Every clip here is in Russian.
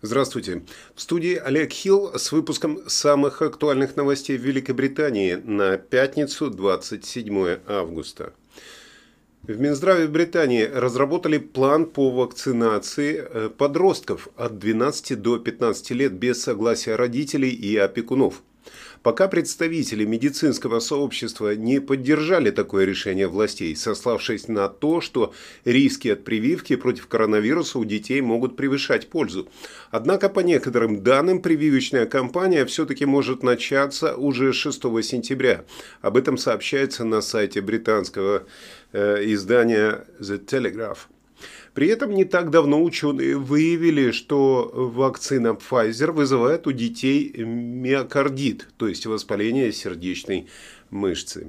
Здравствуйте. В студии Олег Хилл с выпуском самых актуальных новостей в Великобритании на пятницу, 27 августа. В Минздраве Британии разработали план по вакцинации подростков от 12 до 15 лет без согласия родителей и опекунов. Пока представители медицинского сообщества не поддержали такое решение властей, сославшись на то, что риски от прививки против коронавируса у детей могут превышать пользу. Однако, по некоторым данным, прививочная кампания все-таки может начаться уже 6 сентября. Об этом сообщается на сайте британского издания The Telegraph. При этом не так давно ученые выявили, что вакцина Pfizer вызывает у детей миокардит, то есть воспаление сердечной мышцы.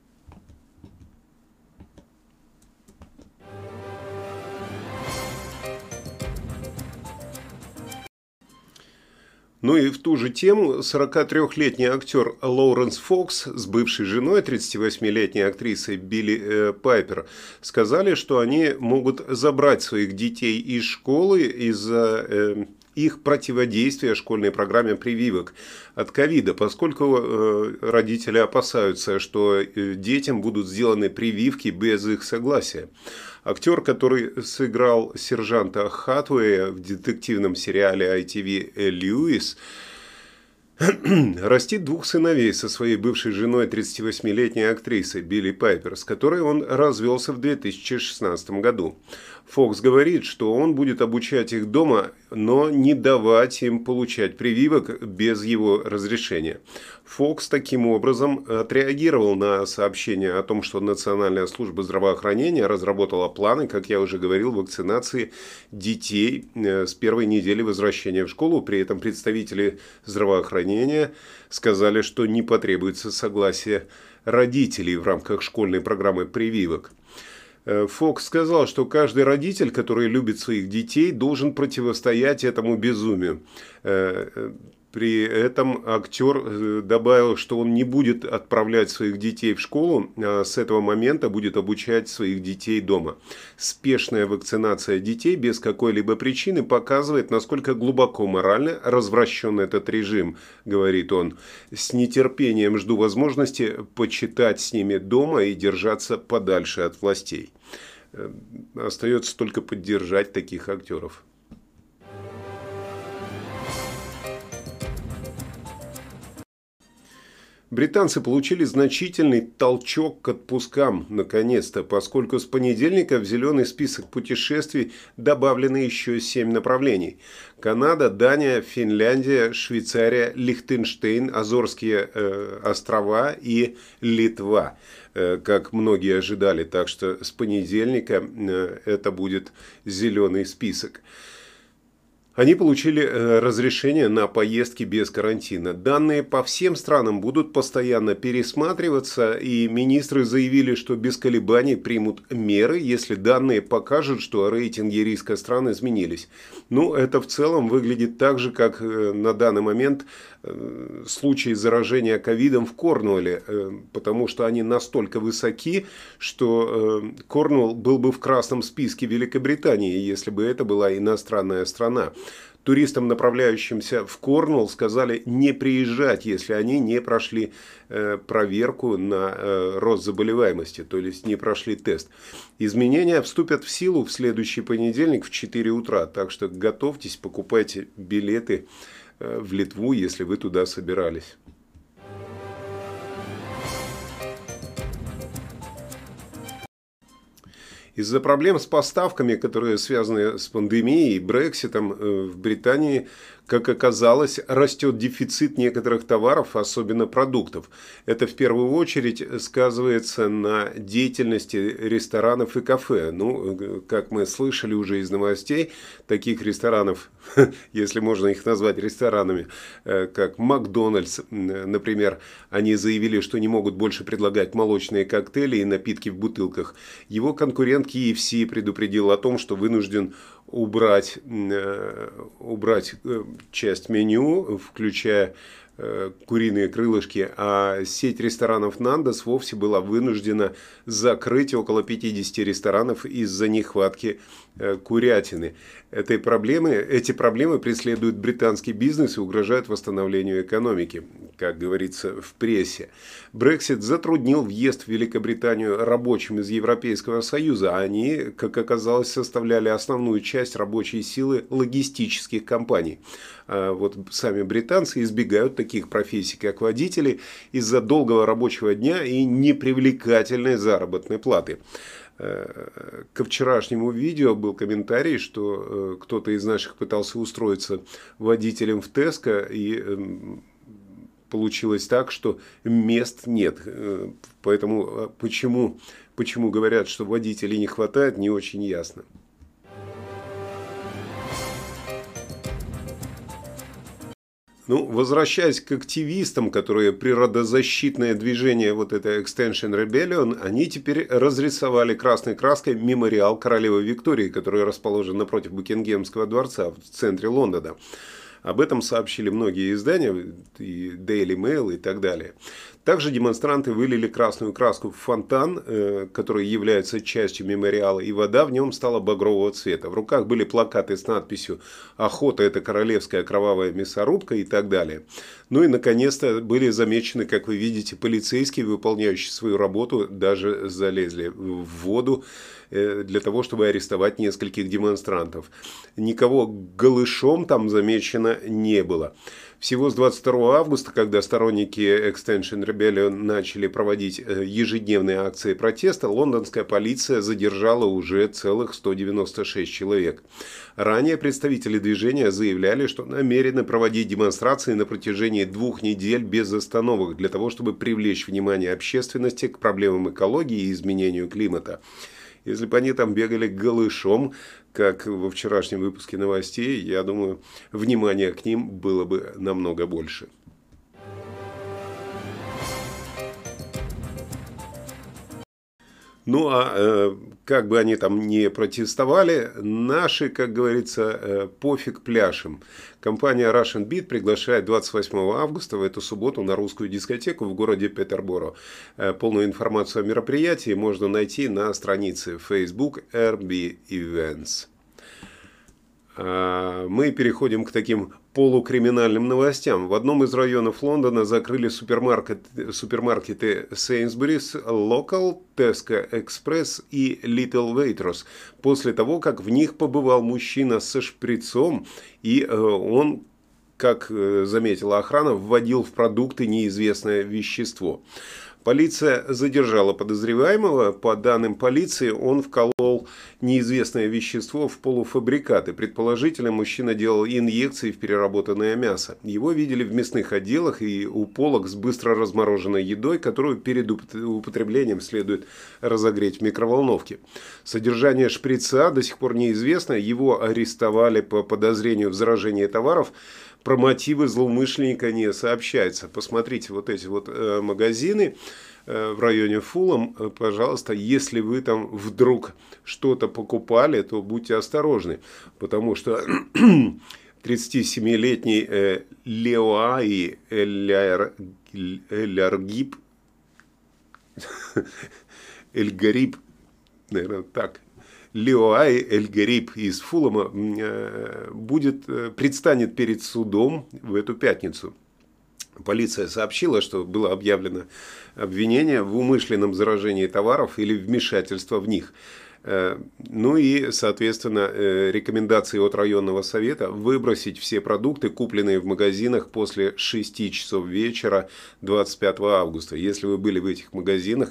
Ну и в ту же тему 43-летний актер Лоуренс Фокс с бывшей женой, 38-летней актрисой Билли Пайпер, сказали, что они могут забрать своих детей из школы из-за их противодействия школьной программе прививок от ковида, поскольку родители опасаются, что детям будут сделаны прививки без их согласия. Актер, который сыграл сержанта Хатуэя в детективном сериале ITV «Льюис», растит двух сыновей со своей бывшей женой 38-летней актрисой Билли Пайпер, с которой он развелся в 2016 году. Фокс говорит, что он будет обучать их дома, но не давать им получать прививок без его разрешения. Фокс таким образом отреагировал на сообщение о том, что Национальная служба здравоохранения разработала планы, как я уже говорил, вакцинации детей с первой недели возвращения в школу. При этом представители здравоохранения сказали, что не потребуется согласие родителей в рамках школьной программы прививок. Фокс сказал, что каждый родитель, который любит своих детей, должен противостоять этому безумию. При этом актер добавил, что он не будет отправлять своих детей в школу, а с этого момента будет обучать своих детей дома. Спешная вакцинация детей без какой-либо причины показывает, насколько глубоко морально развращен этот режим, говорит он. С нетерпением жду возможности почитать с ними дома и держаться подальше от властей. Остается только поддержать таких актеров. Британцы получили значительный толчок к отпускам, наконец-то, поскольку с понедельника в зеленый список путешествий добавлены еще 7 направлений. Канада, Дания, Финляндия, Швейцария, Лихтенштейн, Азорские острова и Литва, как многие ожидали. Так что с понедельника это будет зеленый список. Они получили разрешение на поездки без карантина. Данные по всем странам будут постоянно пересматриваться, и министры заявили, что без колебаний примут меры, если данные покажут, что рейтинги риска стран изменились. Ну, это в целом выглядит так же, как на данный момент случаи заражения ковидом в Корнуолле, потому что они настолько высоки, что Корнуолл был бы в красном списке Великобритании, если бы это была иностранная страна. Туристам, направляющимся в Корнуолл, сказали не приезжать, если они не прошли проверку на рост заболеваемости, то есть не прошли тест. Изменения вступят в силу в следующий понедельник в 4 утра, так что готовьтесь, покупайте билеты в Литву, если вы туда собирались. Из-за проблем с поставками, которые связаны с пандемией и Брекситом, в Британии, как оказалось, растет дефицит некоторых товаров, особенно продуктов. Это в первую очередь сказывается на деятельности ресторанов и кафе. Ну, как мы слышали уже из новостей, таких ресторанов, если можно их назвать ресторанами, как Макдональдс, например, они заявили, что не могут больше предлагать молочные коктейли и напитки в бутылках. Его конкурент KFC предупредил о том, что вынужден убрать часть меню, включая куриные крылышки, а сеть ресторанов Нандос вовсе была вынуждена закрыть около 50 ресторанов из-за нехватки курятины. Эти проблемы преследуют британский бизнес и угрожают восстановлению экономики, как говорится в прессе. Брексит затруднил въезд в Великобританию рабочим из Европейского Союза, а они, как оказалось, составляли основную часть рабочей силы логистических компаний. А вот сами британцы избегают таких профессий, как водители, из-за долгого рабочего дня и непривлекательной заработной платы. Ко вчерашнему видео был комментарий, что кто-то из наших пытался устроиться водителем в Tesco, и получилось так, что мест нет. Поэтому почему говорят, что водителей не хватает, не очень ясно. Ну, возвращаясь к активистам, которые природозащитное движение, вот это Extinction Rebellion, они теперь разрисовали красной краской мемориал королевы Виктории, который расположен напротив Букингемского дворца в центре Лондона. Об этом сообщили многие издания, и Daily Mail и так далее. Также демонстранты вылили красную краску в фонтан, который является частью мемориала, и вода в нем стала багрового цвета. В руках были плакаты с надписью «Охота – это королевская кровавая мясорубка» и так далее. Ну и, наконец-то, были замечены, как вы видите, полицейские, выполняющие свою работу, даже залезли в воду для того, чтобы арестовать нескольких демонстрантов. Никого голышом там замечено не было. Всего с 22 августа, когда сторонники Extinction Rebellion начали проводить ежедневные акции протеста, лондонская полиция задержала уже целых 196 человек. Ранее представители движения заявляли, что намерены проводить демонстрации на протяжении 2 недель без остановок для того, чтобы привлечь внимание общественности к проблемам экологии и изменению климата. Если бы они там бегали голышом, как во вчерашнем выпуске новостей, я думаю, внимания к ним было бы намного больше. Ну, а как бы они там не протестовали, наши, как говорится, пофиг пляшем. Компания Russian Beat приглашает 28 августа в эту субботу на русскую дискотеку в городе Петерборо. Полную информацию о мероприятии можно найти на странице Facebook RB Events. Мы переходим к таким полукриминальным новостям. В одном из районов Лондона закрыли супермаркеты Sainsbury's Local, Tesco Express и Little Waitrose после того, как в них побывал мужчина со шприцом, и он, как заметила охрана, вводил в продукты неизвестное вещество. Полиция задержала подозреваемого. По данным полиции, он вколол неизвестное вещество в полуфабрикаты. Предположительно, мужчина делал инъекции в переработанное мясо. Его видели в мясных отделах и у полок с быстро размороженной едой, которую перед употреблением следует разогреть в микроволновке. Содержание шприца до сих пор неизвестно. Его арестовали по подозрению в заражении товаров. Про мотивы злоумышленника не сообщается. Посмотрите вот эти вот магазины в районе Фулхэм, пожалуйста, если вы там вдруг что-то покупали, то будьте осторожны, потому что 37-летний Леоаи Эль-Гариб, наверное, так, Леоаи Эль-Гариб из Фулхэма предстанет перед судом в эту пятницу. Полиция сообщила, что было объявлено обвинение в умышленном заражении товаров или вмешательство в них. Ну и, соответственно, рекомендации от районного совета выбросить все продукты, купленные в магазинах после 6 часов вечера 25 августа. Если вы были в этих магазинах,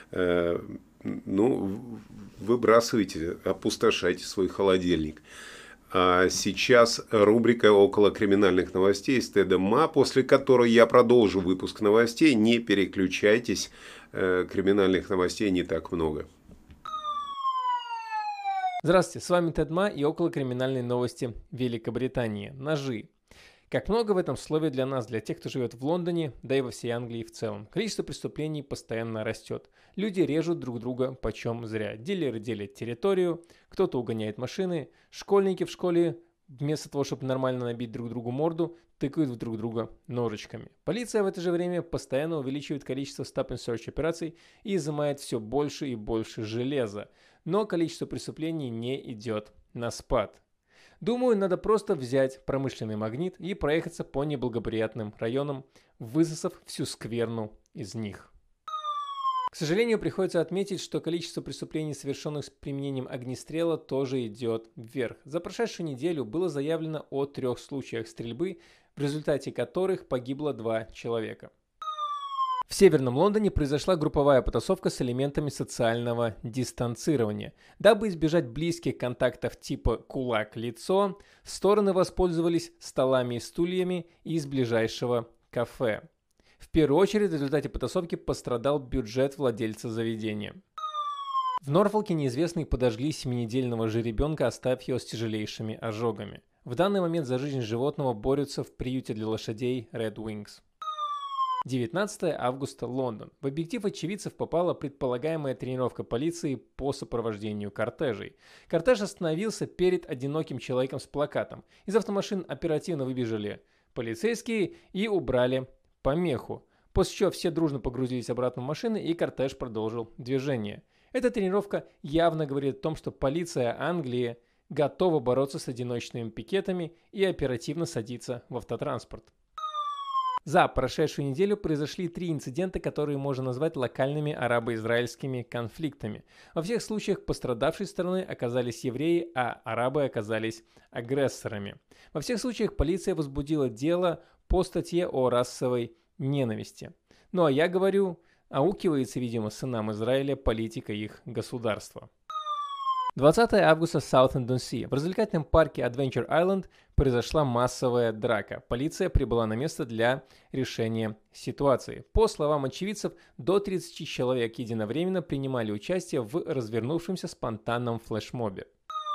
ну, выбрасывайте, опустошайте свой холодильник. А сейчас рубрика «Около криминальных новостей» с Тедом Ма, после которой я продолжу выпуск новостей. Не переключайтесь, криминальных новостей не так много. Здравствуйте, с вами Тед Ма и «Около криминальной новости» Великобритании. Ножи. Как много в этом слове для нас, для тех, кто живет в Лондоне, да и во всей Англии в целом. Количество преступлений постоянно растет. Люди режут друг друга почем зря. Дилеры делят территорию, кто-то угоняет машины, школьники в школе, вместо того, чтобы нормально набить друг другу морду, тыкают в друг друга ножичками. Полиция в это же время постоянно увеличивает количество stop-and-search операций и изымает все больше и больше железа, но количество преступлений не идет на спад. Думаю, надо просто взять промышленный магнит и проехаться по неблагоприятным районам, высосав всю скверну из них. К сожалению, приходится отметить, что количество преступлений, совершенных с применением огнестрела, тоже идет вверх. За прошедшую неделю было заявлено о 3 случаях стрельбы, в результате которых погибло 2 человека. В Северном Лондоне произошла групповая потасовка с элементами социального дистанцирования. Дабы избежать близких контактов типа кулак-лицо, стороны воспользовались столами и стульями из ближайшего кафе. В первую очередь в результате потасовки пострадал бюджет владельца заведения. В Норфолке неизвестные подожгли 7-недельного жеребенка, оставив его с тяжелейшими ожогами. В данный момент за жизнь животного борются в приюте для лошадей Red Wings. 19 августа, Лондон. В объектив очевидцев попала предполагаемая тренировка полиции по сопровождению кортежей. Кортеж остановился перед одиноким человеком с плакатом. Из автомашин оперативно выбежали полицейские и убрали помеху, после чего все дружно погрузились обратно в машины и кортеж продолжил движение. Эта тренировка явно говорит о том, что полиция Англии готова бороться с одиночными пикетами и оперативно садиться в автотранспорт. За прошедшую неделю произошли 3 инцидента, которые можно назвать локальными арабо-израильскими конфликтами. Во всех случаях пострадавшей стороной оказались евреи, а арабы оказались агрессорами. Во всех случаях полиция возбудила дело по статье о расовой ненависти. Ну а я говорю, аукивается, видимо, сынам Израиля политика их государства. 20 августа, Саут-Энд-он-Си. В развлекательном парке Adventure Island произошла массовая драка. Полиция прибыла на место для решения ситуации. По словам очевидцев, до 30 человек единовременно принимали участие в развернувшемся спонтанном флешмобе.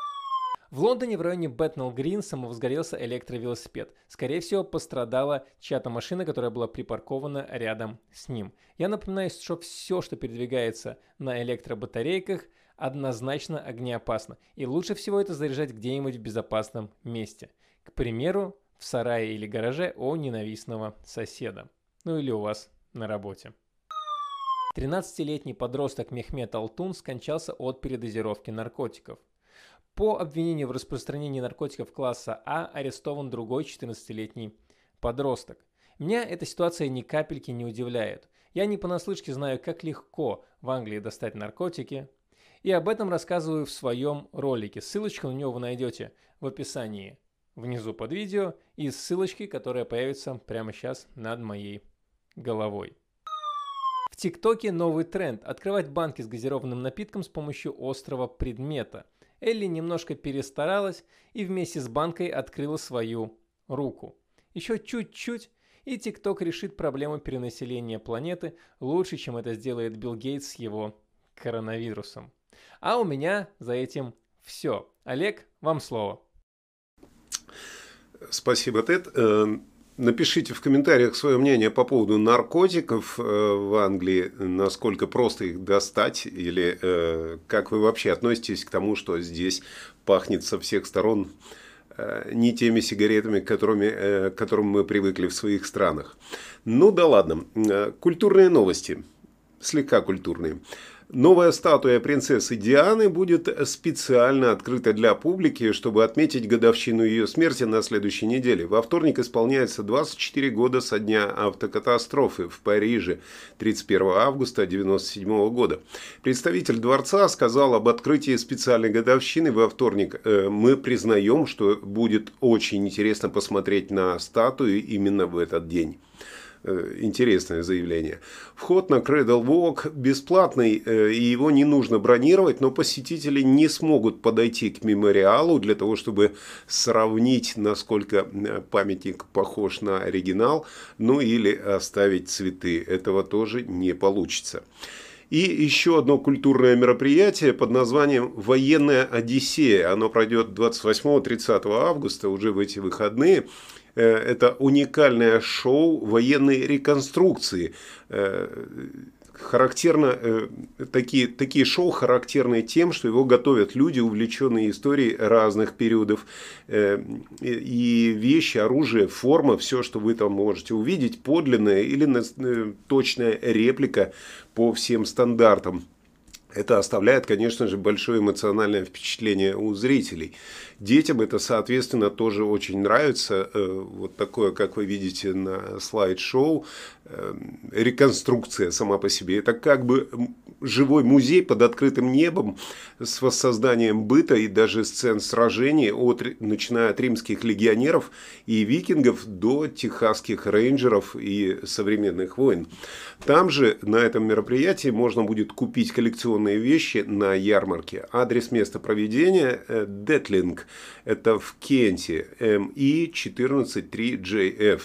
В Лондоне в районе Бэтнелл-Грин самовозгорелся электровелосипед. Скорее всего, пострадала чья-то машина, которая была припаркована рядом с ним. Я напоминаю, что все, что передвигается на электробатарейках, однозначно огнеопасно. И лучше всего это заряжать где-нибудь в безопасном месте. К примеру, в сарае или гараже у ненавистного соседа. Ну или у вас на работе. 13-летний подросток Мехмед Алтун скончался от передозировки наркотиков. По обвинению в распространении наркотиков класса А арестован другой 14-летний подросток. Меня эта ситуация ни капельки не удивляет. Я не понаслышке знаю, как легко в Англии достать наркотики. И об этом рассказываю в своем ролике. Ссылочку на него вы найдете в описании внизу под видео и ссылочки, которая появится прямо сейчас над моей головой. В ТикТоке новый тренд – открывать банки с газированным напитком с помощью острого предмета. Элли немножко перестаралась и вместе с банкой открыла свою руку. Еще чуть-чуть, и ТикТок решит проблему перенаселения планеты лучше, чем это сделает Билл Гейтс с его коронавирусом. А у меня за этим все. Олег, вам слово. Спасибо, Тед. Напишите в комментариях свое мнение по поводу наркотиков в Англии, насколько просто их достать, или как вы вообще относитесь к тому, что здесь пахнет со всех сторон не теми сигаретами, к которым мы привыкли в своих странах. Ну да ладно. Культурные новости. Слегка культурные. Новая статуя принцессы Дианы будет специально открыта для публики, чтобы отметить годовщину ее смерти на следующей неделе. Во вторник исполняется 24 года со дня автокатастрофы в Париже 31 августа 1997 года. Представитель дворца сказал об открытии специальной годовщины во вторник. Мы признаем, что будет очень интересно посмотреть на статую именно в этот день. Интересное заявление. Вход на Cradle Walk бесплатный, и его не нужно бронировать, но посетители не смогут подойти к мемориалу для того, чтобы сравнить, насколько памятник похож на оригинал, ну или оставить цветы. Этого тоже не получится. И еще одно культурное мероприятие под названием «Военная Одиссея». Оно пройдет 28-30 августа, уже в эти выходные. Это уникальное шоу военной реконструкции. такие шоу характерны тем, что его готовят люди, увлеченные историей разных периодов. И вещи, оружие, форма, все, что вы там можете увидеть, подлинная или точная реплика по всем стандартам. Это оставляет, конечно же, большое эмоциональное впечатление у зрителей. Детям это, соответственно, тоже очень нравится. Вот такое, как вы видите на слайд-шоу, реконструкция сама по себе. Это как бы живой музей под открытым небом с воссозданием быта и даже сцен сражений, начиная от римских легионеров и викингов до техасских рейнджеров и современных войн. Там же, на этом мероприятии, можно будет купить коллекционные вещи на ярмарке. Адрес места проведения Детлинг. Это в Кенте, МИ 143JF.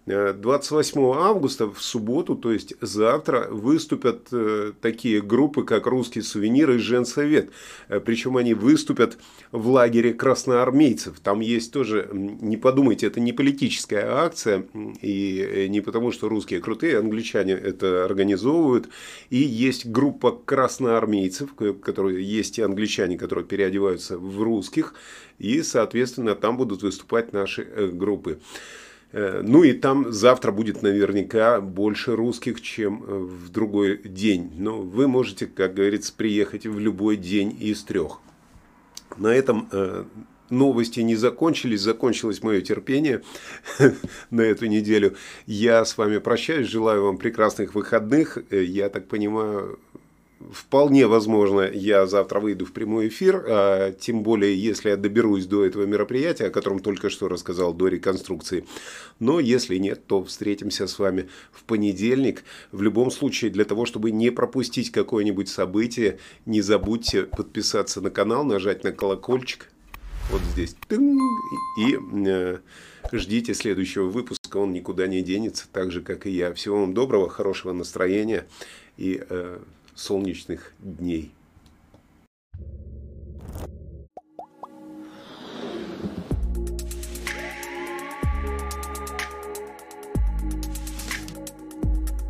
28 августа, в субботу, то есть завтра, выступят такие группы, как «Русский сувенир» и «Женсовет». Причем они выступят в лагере красноармейцев. Там есть тоже, не подумайте, это не политическая акция, и не потому, что русские крутые, англичане это организовывают. И есть группа красноармейцев, которые есть и англичане, которые переодеваются в русских, и, соответственно, там будут выступать наши группы. Ну и там завтра будет наверняка больше русских, чем в другой день. Но вы можете, как говорится, приехать в любой день из 3. На этом новости не закончились. Закончилось мое терпение на эту неделю. Я с вами прощаюсь. Желаю вам прекрасных выходных. Я так понимаю, вполне возможно, я завтра выйду в прямой эфир, тем более, если я доберусь до этого мероприятия, о котором только что рассказал, до реконструкции. Но если нет, то встретимся с вами в понедельник. В любом случае, для того, чтобы не пропустить какое-нибудь событие, не забудьте подписаться на канал, нажать на колокольчик. Вот здесь. И ждите следующего выпуска, он никуда не денется, так же, как и я. Всего вам доброго, хорошего настроения и солнечных дней.